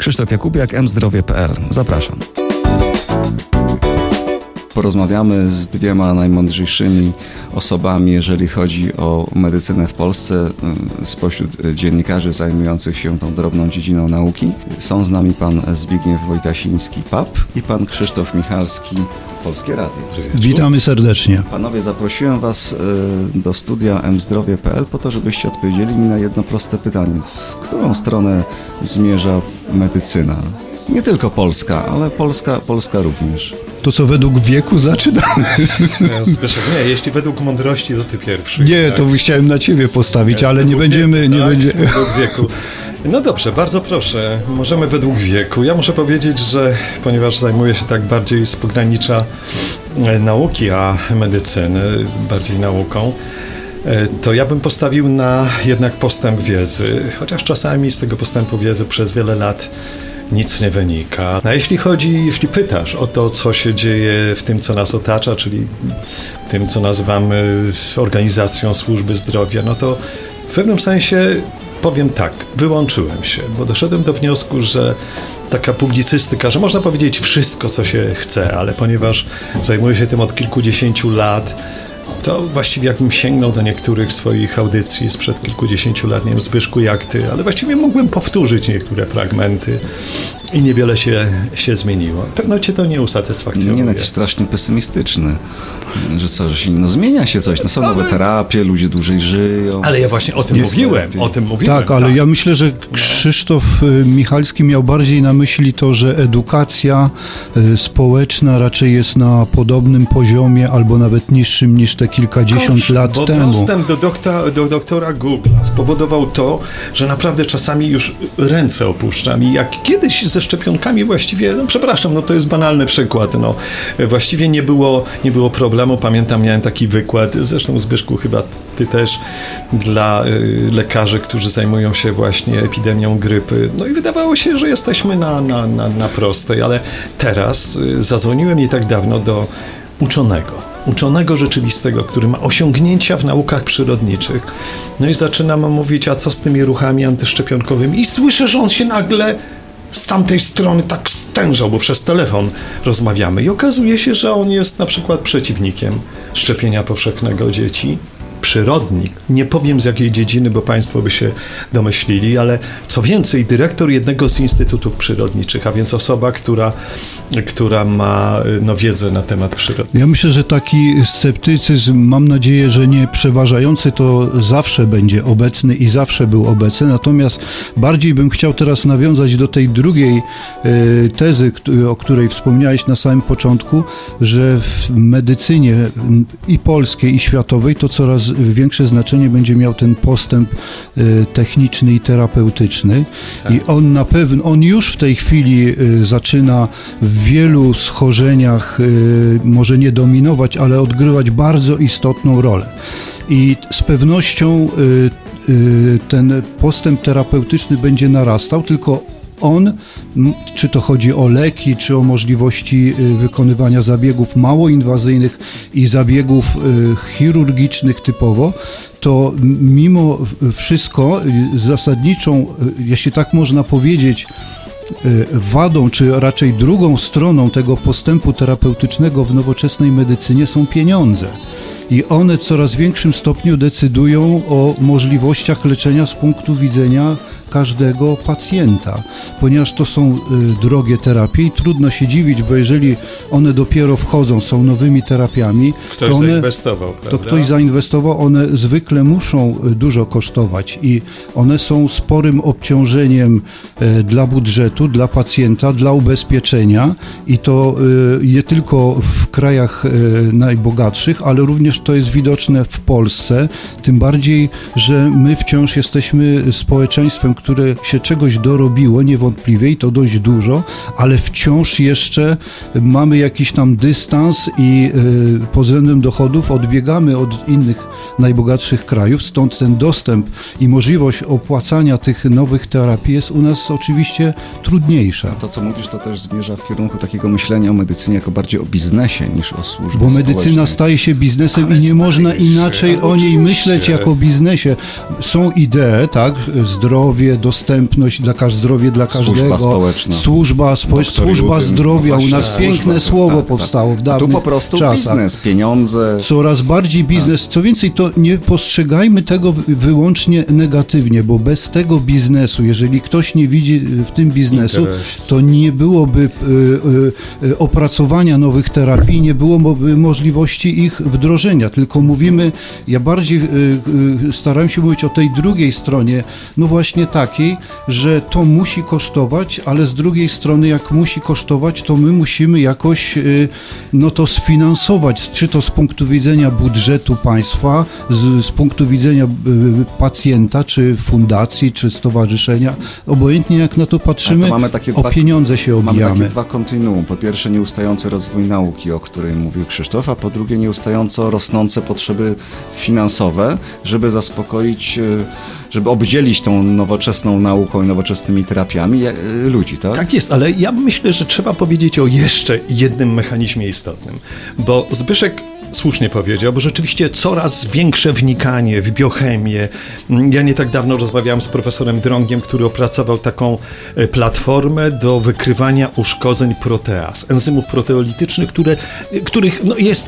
Krzysztof Jakubiak, mzdrowie.pl. Zapraszam. Porozmawiamy z dwiema najmądrzejszymi osobami, jeżeli chodzi o medycynę w Polsce, spośród dziennikarzy zajmujących się tą drobną dziedziną nauki. Są z nami pan Zbigniew Wojtasiński, PAP, i pan Krzysztof Michalski, Polskie Radio. Witamy serdecznie. Panowie, zaprosiłem was do studia mzdrowie.pl po to, żebyście odpowiedzieli mi na jedno proste pytanie. W którą stronę zmierza medycyna? Nie tylko polska, ale polska również. To co, według wieku zaczynamy? Zbyszek, nie, jeśli według mądrości, to ty pierwszy. Nie, tak? To chciałem na ciebie postawić, ale nie będziemy... Według wieku. No dobrze, bardzo proszę, możemy według wieku. Ja muszę powiedzieć, że ponieważ zajmuję się tak bardziej z pogranicza nauki, a medycyny, bardziej nauką, to ja bym postawił na jednak postęp wiedzy, chociaż czasami z tego postępu wiedzy przez wiele lat nic nie wynika. A jeśli pytasz o to, co się dzieje w tym, co nas otacza, czyli tym, co nazywamy organizacją służby zdrowia, no to w pewnym sensie powiem tak, wyłączyłem się, bo doszedłem do wniosku, że taka publicystyka, że można powiedzieć wszystko, co się chce, ale ponieważ zajmuję się tym od kilkudziesięciu lat, to właściwie jakbym sięgnął do niektórych swoich audycji sprzed kilkudziesięciu lat, nie wiem, Zbyszku, jak ty, ale właściwie mógłbym powtórzyć niektóre fragmenty i niewiele się zmieniło. Pewno cię to nie usatysfakcjonuje. Nie, jakiś strasznie pesymistyczny, że zmienia się coś, są nowe terapie, ludzie dłużej żyją. Ale ja właśnie o tym mówiłem. Tak, ale ja myślę, że Krzysztof Michalski miał bardziej na myśli to, że edukacja społeczna raczej jest na podobnym poziomie albo nawet niższym niż te kilkadziesiąt lat temu. Dostęp do doktora Google spowodował to, że naprawdę czasami już ręce opuszczam i jak kiedyś ze szczepionkami właściwie, to jest banalny przykład, właściwie nie było problemu. Pamiętam, miałem taki wykład, zresztą Zbyszku, chyba ty też, dla lekarzy, którzy zajmują się właśnie epidemią grypy. No i wydawało się, że jesteśmy na prostej, ale teraz zadzwoniłem nie tak dawno do uczonego rzeczywistego, który ma osiągnięcia w naukach przyrodniczych. No i zaczynam mówić, a co z tymi ruchami antyszczepionkowymi? I słyszę, że on się nagle z tamtej strony tak stężał, bo przez telefon rozmawiamy. I okazuje się, że on jest na przykład przeciwnikiem szczepienia powszechnego dzieci. Przyrodnik. Nie powiem z jakiej dziedziny, bo państwo by się domyślili, ale co więcej, dyrektor jednego z instytutów przyrodniczych, a więc osoba, która ma wiedzę na temat przyrody. Ja myślę, że taki sceptycyzm, mam nadzieję, że nie przeważający, to zawsze będzie obecny i zawsze był obecny, natomiast bardziej bym chciał teraz nawiązać do tej drugiej tezy, o której wspomniałeś na samym początku, że w medycynie i polskiej, i światowej to coraz większe znaczenie będzie miał ten postęp techniczny i terapeutyczny. Tak. I on już w tej chwili zaczyna w wielu schorzeniach może nie dominować, ale odgrywać bardzo istotną rolę. I z pewnością ten postęp terapeutyczny będzie narastał, tylko czy to chodzi o leki, czy o możliwości wykonywania zabiegów mało inwazyjnych i zabiegów chirurgicznych typowo, to mimo wszystko zasadniczą, jeśli tak można powiedzieć, wadą, czy raczej drugą stroną tego postępu terapeutycznego w nowoczesnej medycynie są pieniądze. I one w coraz większym stopniu decydują o możliwościach leczenia z punktu widzenia każdego pacjenta, ponieważ to są drogie terapie i trudno się dziwić, bo jeżeli one dopiero wchodzą, są nowymi terapiami, to ktoś zainwestował, one zwykle muszą dużo kosztować i one są sporym obciążeniem dla budżetu, dla pacjenta, dla ubezpieczenia i to nie tylko w krajach najbogatszych, ale również to jest widoczne w Polsce, tym bardziej, że my wciąż jesteśmy społeczeństwem, które się czegoś dorobiło, niewątpliwie i to dość dużo, ale wciąż jeszcze mamy jakiś tam dystans i pod względem dochodów odbiegamy od innych najbogatszych krajów, stąd ten dostęp i możliwość opłacania tych nowych terapii jest u nas oczywiście trudniejsza. To, co mówisz, to też zmierza w kierunku takiego myślenia o medycynie jako bardziej o biznesie niż o służbie Bo medycyna społecznej. staje się biznesem i nie można inaczej o niej myśleć jako o biznesie. Są idee, tak, zdrowie, zdrowie, dostępność, zdrowie dla każdego. Służba społeczna. Służba zdrowia. U nas piękne słowo powstało w A dawnych tu po prostu czasach. biznes, pieniądze. Coraz bardziej biznes. Co więcej, to nie postrzegajmy tego wyłącznie negatywnie, bo bez tego biznesu, jeżeli ktoś nie widzi w tym biznesu, to nie byłoby opracowania nowych terapii, nie byłoby możliwości ich wdrożenia, tylko mówimy, ja bardziej starałem się mówić o tej drugiej stronie, no właśnie takiej, że to musi kosztować, ale z drugiej strony, jak musi kosztować, to my musimy jakoś no to sfinansować, czy to z punktu widzenia budżetu państwa, z punktu widzenia pacjenta, czy fundacji, czy stowarzyszenia, obojętnie jak na to patrzymy, pieniądze się obijamy. Mamy takie dwa kontinuum. Po pierwsze nieustający rozwój nauki, o którym mówił Krzysztof, a po drugie nieustająco rosnące potrzeby finansowe, żeby zaspokoić, żeby obdzielić tą nowoczesną nauką i nowoczesnymi terapiami ludzi, tak? Tak jest, ale ja myślę, że trzeba powiedzieć o jeszcze jednym mechanizmie istotnym, bo Zbyszek słusznie powiedział, bo rzeczywiście coraz większe wnikanie w biochemię. Ja nie tak dawno rozmawiałem z profesorem Drągiem, który opracował taką platformę do wykrywania uszkodzeń proteaz, enzymów proteolitycznych, których no, jest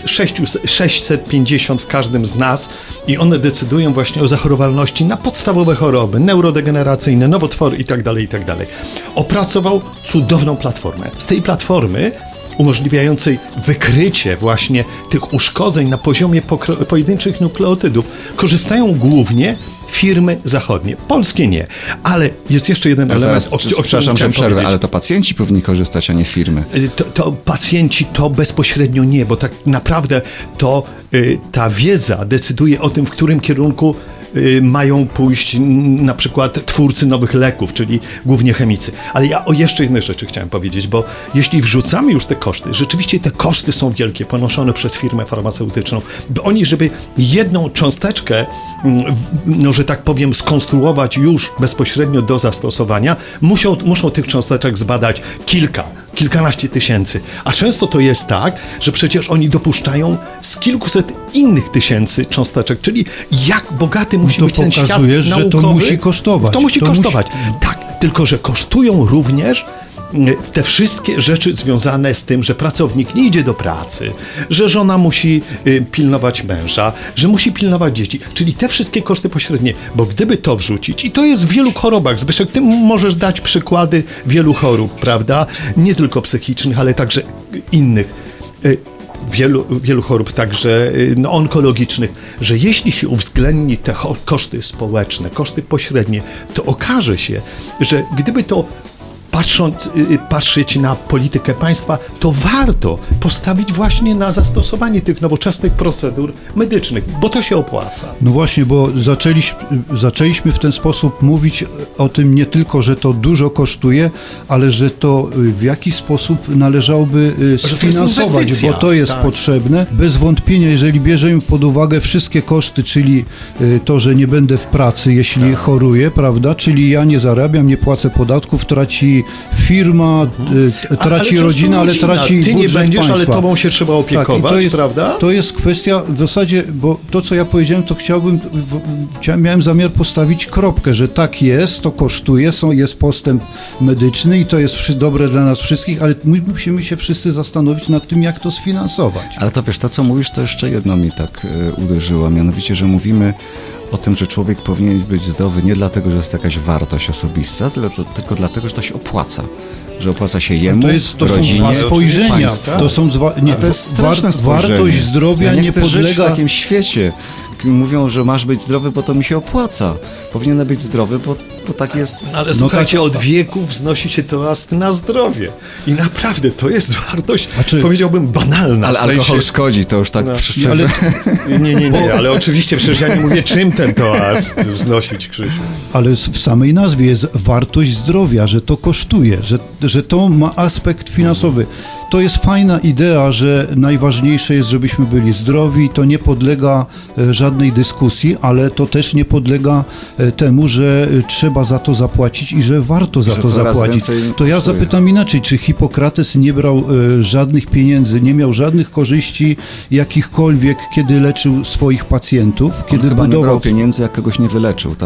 650 w każdym z nas i one decydują właśnie o zachorowalności na podstawowe choroby, neurodegeneracyjne, nowotwory itd. Opracował cudowną platformę. Z tej platformy umożliwiającej wykrycie właśnie tych uszkodzeń na poziomie pojedynczych nukleotydów korzystają głównie firmy zachodnie. Polskie nie. Ale jest jeszcze jeden element, przepraszam, że przerwę, ale to pacjenci powinni korzystać, a nie firmy. To pacjenci to bezpośrednio nie, bo tak naprawdę to ta wiedza decyduje o tym, w którym kierunku mają pójść na przykład twórcy nowych leków, czyli głównie chemicy. Ale ja o jeszcze jednej rzeczy chciałem powiedzieć, bo jeśli wrzucamy już te koszty, rzeczywiście te koszty są wielkie, ponoszone przez firmę farmaceutyczną, bo oni, żeby jedną cząsteczkę, no że tak powiem, skonstruować już bezpośrednio do zastosowania, muszą tych cząsteczek zbadać kilkanaście tysięcy. A często to jest tak, że przecież oni dopuszczają z kilkuset innych tysięcy cząsteczek, czyli jak bogaty musi być ten świat naukowy. Że to musi kosztować. To musi kosztować. Tak, tylko że kosztują również te wszystkie rzeczy związane z tym, że pracownik nie idzie do pracy, że żona musi pilnować męża, że musi pilnować dzieci, czyli te wszystkie koszty pośrednie, bo gdyby to wrzucić, i to jest w wielu chorobach, Zbyszek, ty możesz dać przykłady wielu chorób, prawda, nie tylko psychicznych, ale także innych, wielu chorób, także onkologicznych, że jeśli się uwzględni te koszty społeczne, koszty pośrednie, to okaże się, że gdyby to patrzeć na politykę państwa, to warto postawić właśnie na zastosowanie tych nowoczesnych procedur medycznych, bo to się opłaca. No właśnie, bo zaczęliśmy w ten sposób mówić o tym nie tylko, że to dużo kosztuje, ale że to w jakiś sposób należałoby sfinansować, bo to jest potrzebne. Bez wątpienia, jeżeli bierzemy pod uwagę wszystkie koszty, czyli to, że nie będę w pracy, jeśli choruję, prawda, czyli ja nie zarabiam, nie płacę podatków, traci firma, traci rodzina, ale traci budżet Ty nie będziesz, państwa. ale tobą się trzeba opiekować, tak, prawda? To jest kwestia w zasadzie, bo to, co ja powiedziałem, to miałem zamiar postawić kropkę, że tak jest, to kosztuje, jest postęp medyczny i to jest dobre dla nas wszystkich, ale my musimy się wszyscy zastanowić nad tym, jak to sfinansować. Ale to wiesz, to co mówisz, to jeszcze jedno mi tak uderzyło, mianowicie, że mówimy o tym, że człowiek powinien być zdrowy nie dlatego, że jest jakaś wartość osobista, tylko dlatego, że to się opłaca. Że opłaca się jemu, rodzinie, są dwa spojrzenia. państwu. To jest straszne spojrzenie. Wartość zdrowia nie nie chcę podlega... żyć w takim świecie. Mówią, że masz być zdrowy, bo to mi się opłaca. Powinienem być zdrowy, bo tak jest. Ale słuchajcie, od wieków wznosi się toast na zdrowie. I naprawdę to jest wartość, powiedziałbym, banalna. Ale alkohol szkodzi, to już tak Nie, ale oczywiście przecież ja nie mówię, czym ten toast wznosić, Krzysiu. Ale w samej nazwie jest wartość zdrowia, że to kosztuje, że to ma aspekt finansowy. To jest fajna idea, że najważniejsze jest, żebyśmy byli zdrowi, to nie podlega żadnej dyskusji, ale to też nie podlega temu, że trzeba za to zapłacić i że warto za to zapłacić. To ja zapytam inaczej, czy Hipokrates nie brał żadnych pieniędzy, nie miał żadnych korzyści jakichkolwiek, kiedy leczył swoich pacjentów? Kiedy nie brał pieniędzy, jak kogoś nie wyleczył, tak?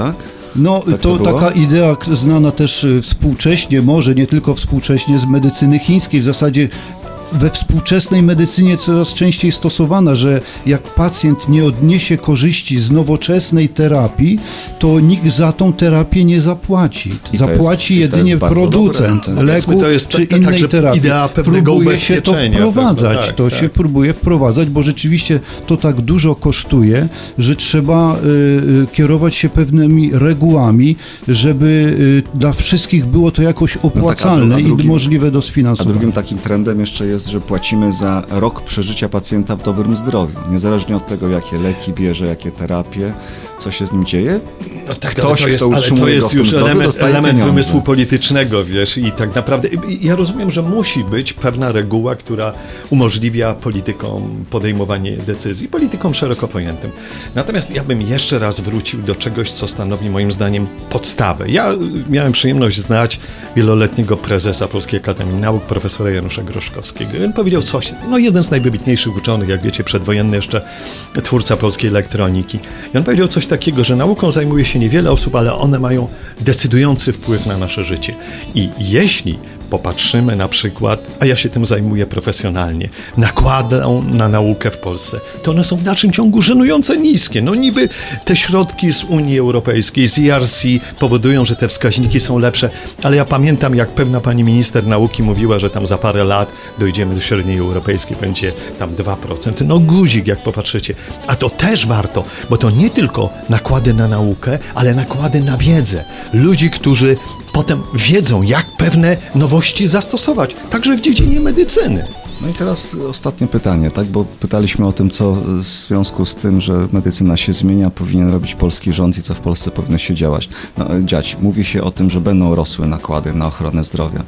No, Tak to było? taka idea znana też współcześnie, może nie tylko współcześnie, z medycyny chińskiej. W zasadzie we współczesnej medycynie coraz częściej stosowana, że jak pacjent nie odniesie korzyści z nowoczesnej terapii, to nikt za tą terapię nie zapłaci. Zapłaci jedynie producent leku czy innej terapii. Idea pewnego próbuje się to wprowadzać. Tak, się próbuje wprowadzać, bo rzeczywiście to tak dużo kosztuje, że trzeba kierować się pewnymi regułami, żeby dla wszystkich było to jakoś opłacalne i możliwe do sfinansowania. A drugim takim trendem jeszcze jest, że płacimy za rok przeżycia pacjenta w dobrym zdrowiu. Niezależnie od tego, jakie leki bierze, jakie terapie, co się z nim dzieje. No tak, ktoś, kto utrzymuje go w tym zdrowiu, dostaje element pieniądze. wymysłu politycznego, wiesz, i tak naprawdę ja rozumiem, że musi być pewna reguła, która umożliwia politykom podejmowanie decyzji, politykom szeroko pojętym. Natomiast ja bym jeszcze raz wrócił do czegoś, co stanowi moim zdaniem podstawę. Ja miałem przyjemność znać wieloletniego prezesa Polskiej Akademii Nauk, profesora Janusza Groszkowskiego. On powiedział coś, jeden z najwybitniejszych uczonych, jak wiecie, przedwojenny jeszcze twórca polskiej elektroniki. I on powiedział coś takiego, że nauką zajmuje się niewiele osób, ale one mają decydujący wpływ na nasze życie. I jeśli popatrzymy na przykład, a ja się tym zajmuję profesjonalnie, nakładą na naukę w Polsce, to one są w dalszym ciągu żenująco niskie. No niby te środki z Unii Europejskiej, z ERC powodują, że te wskaźniki są lepsze, ale ja pamiętam, jak pewna pani minister nauki mówiła, że tam za parę lat dojdziemy do średniej europejskiej, będzie tam 2%. No guzik, jak popatrzycie. A to też warto, bo to nie tylko nakłady na naukę, ale nakłady na wiedzę. Ludzi, którzy potem wiedzą, jak pewne nowości zastosować, także w dziedzinie medycyny. No i teraz ostatnie pytanie, tak? Bo pytaliśmy o tym, co w związku z tym, że medycyna się zmienia, powinien robić polski rząd i co w Polsce powinno się dziać. Mówi się o tym, że będą rosły nakłady na ochronę zdrowia.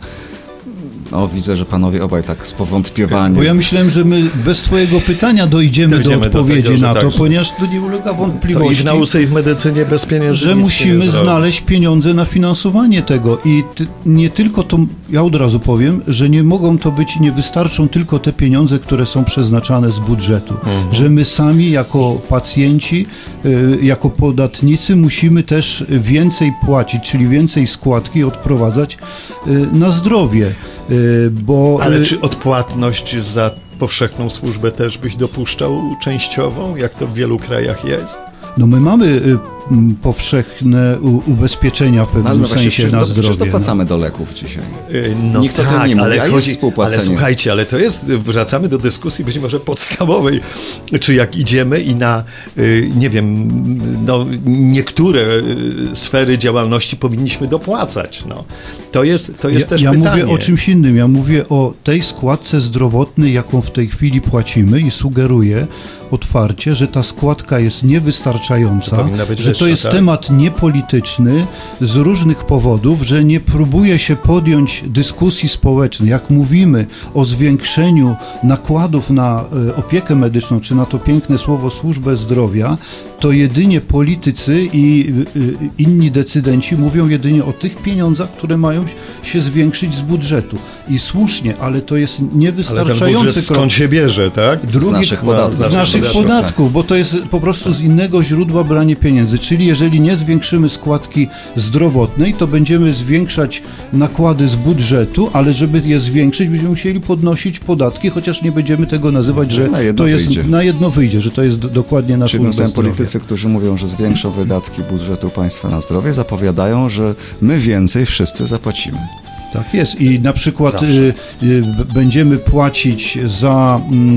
No, widzę, że panowie obaj tak spowątpiewani. Bo ja myślałem, że my bez twojego pytania dojdziemy do odpowiedzi tego, na to, ponieważ tu nie ulega wątpliwości. To i w nauce, i w medycynie bez pieniędzy że musimy znaleźć pieniądze na finansowanie tego. I nie tylko to, ja od razu powiem, że nie mogą to być, nie wystarczą tylko te pieniądze, które są przeznaczane z budżetu. Że my sami jako pacjenci, jako podatnicy musimy też więcej płacić, czyli więcej składki odprowadzać na zdrowie. Ale czy odpłatność za powszechną służbę też byś dopuszczał częściową, jak to w wielu krajach jest? No my mamy powszechne ubezpieczenia w pewnym sensie na zdrowie. Przecież dopłacamy do leków dzisiaj. Nikt o tym nie mówi, ale słuchajcie, ale to jest, wracamy do dyskusji być może podstawowej, czy jak idziemy i na, nie wiem, niektóre sfery działalności powinniśmy dopłacać, To jest też pytanie. Ja mówię o czymś innym, ja mówię o tej składce zdrowotnej, jaką w tej chwili płacimy i sugeruję otwarcie, że ta składka jest niewystarczająca, że to jest temat niepolityczny z różnych powodów, że nie próbuje się podjąć dyskusji społecznej. Jak mówimy o zwiększeniu nakładów na opiekę medyczną, czy na to piękne słowo służbę zdrowia, to jedynie politycy i inni decydenci mówią jedynie o tych pieniądzach, które mają się zwiększyć z budżetu. I słusznie, ale to jest niewystarczający ale ten budżet skąd się bierze, tak? Z naszych podatków. Z naszych podatków, bo to jest po prostu z innego źródła branie pieniędzy. Czyli jeżeli nie zwiększymy składki zdrowotnej, to będziemy zwiększać nakłady z budżetu, ale żeby je zwiększyć, będziemy musieli podnosić podatki, chociaż nie będziemy tego nazywać, że to jest na jedno wyjdzie, że to jest dokładnie na służbę zdrowia. Politycy, którzy mówią, że zwiększą wydatki budżetu państwa na zdrowie, zapowiadają, że my więcej wszyscy zapłacimy. Tak jest i na przykład będziemy płacić za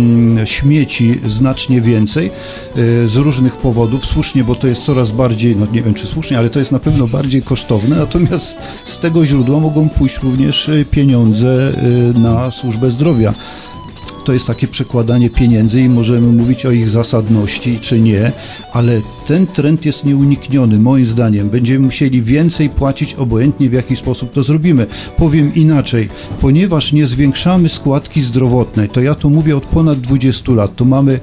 śmieci znacznie więcej z różnych powodów, słusznie, bo to jest coraz bardziej, nie wiem czy słusznie, ale to jest na pewno bardziej kosztowne, natomiast z tego źródła mogą pójść również pieniądze na służbę zdrowia. To jest takie przekładanie pieniędzy i możemy mówić o ich zasadności czy nie, ale ten trend jest nieunikniony, moim zdaniem. Będziemy musieli więcej płacić, obojętnie w jaki sposób to zrobimy. Powiem inaczej, ponieważ nie zwiększamy składki zdrowotnej, to ja to mówię od ponad 20 lat, to mamy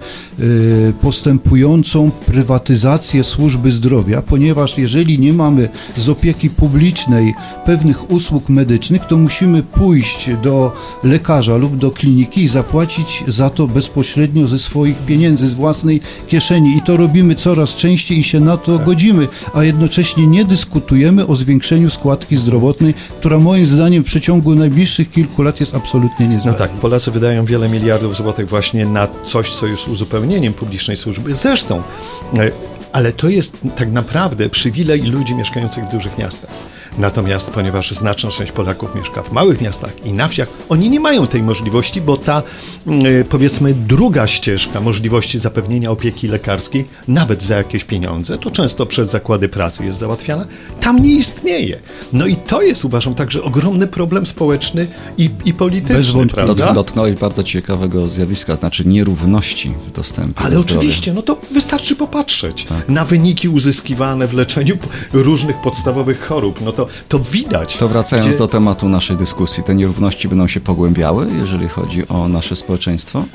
postępującą prywatyzację służby zdrowia, ponieważ jeżeli nie mamy z opieki publicznej pewnych usług medycznych, to musimy pójść do lekarza lub do kliniki i zapłacić płacić za to bezpośrednio ze swoich pieniędzy, z własnej kieszeni i to robimy coraz częściej i się na to godzimy, a jednocześnie nie dyskutujemy o zwiększeniu składki zdrowotnej, która moim zdaniem w przeciągu najbliższych kilku lat jest absolutnie niezbędna. No tak, Polacy wydają wiele miliardów złotych właśnie na coś, co jest uzupełnieniem publicznej służby. Zresztą, ale to jest tak naprawdę przywilej ludzi mieszkających w dużych miastach. Natomiast ponieważ znaczna część Polaków mieszka w małych miastach i na wsiach, oni nie mają tej możliwości, bo ta, powiedzmy, druga ścieżka możliwości zapewnienia opieki lekarskiej, nawet za jakieś pieniądze, to często przez zakłady pracy jest załatwiana, tam nie istnieje. No i to jest, uważam, także ogromny problem społeczny i polityczny, prawda? Dotknąłeś bardzo ciekawego zjawiska, znaczy nierówności w dostępie Ale do zdrowia. oczywiście, no to wystarczy popatrzeć na wyniki uzyskiwane w leczeniu różnych podstawowych chorób, no to widać. To wracając do tematu naszej dyskusji, te nierówności będą się pogłębiały, jeżeli chodzi o nasze społeczeństwo?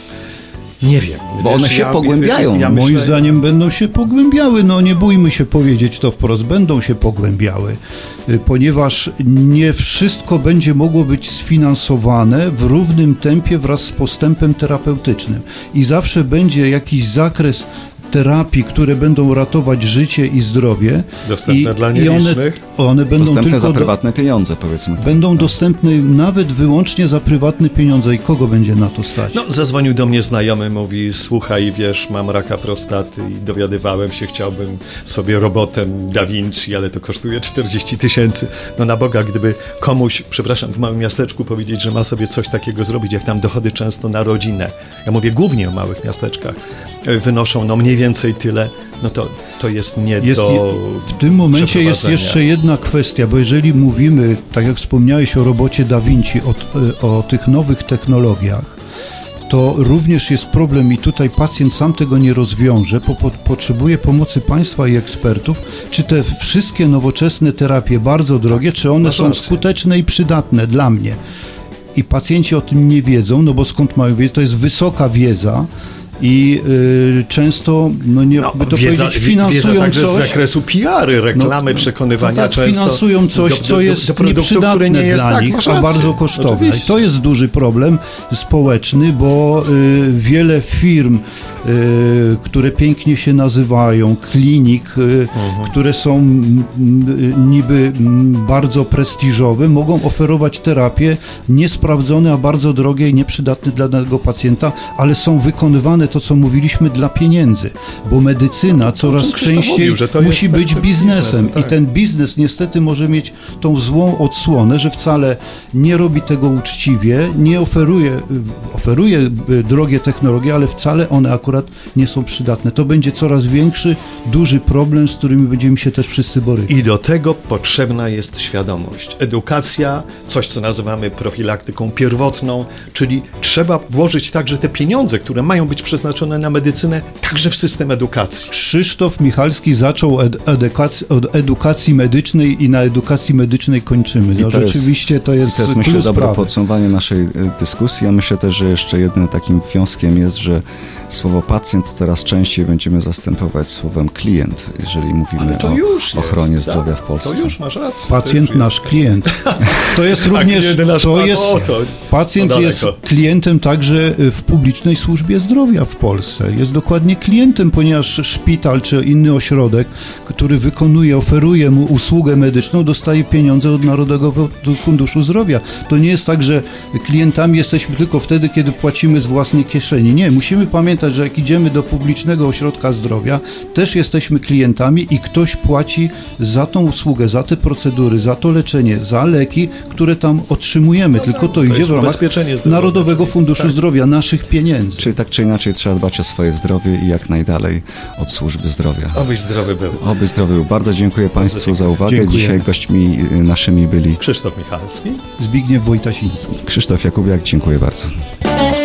Nie wiem. Bo one się pogłębiają. Moim zdaniem będą się pogłębiały, no nie bójmy się powiedzieć to wprost, będą się pogłębiały, ponieważ nie wszystko będzie mogło być sfinansowane w równym tempie wraz z postępem terapeutycznym i zawsze będzie jakiś zakres terapii, które będą ratować życie i zdrowie. Dostępne dla nielicznych. One będą dostępne tylko za prywatne pieniądze, powiedzmy. Będą dostępne nawet wyłącznie za prywatne pieniądze i kogo będzie na to stać? No, zadzwonił do mnie znajomy, mówi, słuchaj, wiesz, mam raka prostaty i dowiadywałem się, chciałbym sobie robotem Da Vinci, ale to kosztuje 40 000. No na Boga, gdyby komuś, przepraszam, w małym miasteczku powiedzieć, że ma sobie coś takiego zrobić, jak tam dochody często na rodzinę, ja mówię głównie o małych miasteczkach, wynoszą no mniej więcej tyle, no to jest nie do w tym momencie jest jeszcze jedna kwestia, bo jeżeli mówimy, tak jak wspomniałeś o robocie Da Vinci, o tych nowych technologiach, to również jest problem i tutaj pacjent sam tego nie rozwiąże, potrzebuje pomocy państwa i ekspertów, czy te wszystkie nowoczesne terapie, bardzo drogie, czy one są skuteczne i przydatne dla mnie. I pacjenci o tym nie wiedzą, no bo skąd mają wiedzieć, to jest wysoka wiedza, i często, powiedzieć, finansują także coś... z zakresu PR-y, reklamy, przekonywania tak, często... finansują coś, co jest nieprzydatne nie jest dla nich, a bardzo kosztowne. Oczywiście. I to jest duży problem społeczny, bo wiele firm, które pięknie się nazywają, klinik, które są niby bardzo prestiżowe, mogą oferować terapie niesprawdzone, a bardzo drogie i nieprzydatne dla danego pacjenta, ale są wykonywane, to co mówiliśmy, dla pieniędzy, bo medycyna coraz częściej musi być biznesem i ten biznes niestety może mieć tą złą odsłonę, że wcale nie robi tego uczciwie, nie oferuje drogie technologie, ale wcale one akurat nie są przydatne. To będzie coraz większy, duży problem, z którymi będziemy się też wszyscy borykać. I do tego potrzebna jest świadomość. Edukacja, coś co nazywamy profilaktyką pierwotną, czyli trzeba włożyć także te pieniądze, które mają być przeznaczone na medycynę, także w system edukacji. Krzysztof Michalski zaczął od edukacji medycznej i na edukacji medycznej kończymy. No, rzeczywiście to jest myślę, dobre podsumowanie naszej dyskusji. Ja myślę też, że jeszcze jednym takim wnioskiem jest, że słowo pacjent coraz częściej będziemy zastępować słowem klient, jeżeli mówimy o ochronie zdrowia w Polsce. To już masz rację. Pacjent nasz klient. To jest również, pacjent jest klientem także w publicznej służbie zdrowia w Polsce. Jest dokładnie klientem, ponieważ szpital czy inny ośrodek, który oferuje mu usługę medyczną, dostaje pieniądze od Narodowego Funduszu Zdrowia. To nie jest tak, że klientami jesteśmy tylko wtedy, kiedy płacimy z własnej kieszeni. Nie, musimy pamiętać, że jak idziemy do publicznego ośrodka zdrowia, też jesteśmy klientami i ktoś płaci za tą usługę, za te procedury, za to leczenie, za leki, które tam otrzymujemy. Tylko to idzie w ramach Narodowego Funduszu Zdrowia, naszych pieniędzy. Czyli tak czy inaczej trzeba dbać o swoje zdrowie i jak najdalej od służby zdrowia. Obyś zdrowy był. Obyś zdrowy był. Bardzo dziękuję Państwu za uwagę. Dziękuję. Dzisiaj gośćmi naszymi byli Krzysztof Michalski, Zbigniew Wojtasiński. Krzysztof Jakubiak. Dziękuję bardzo.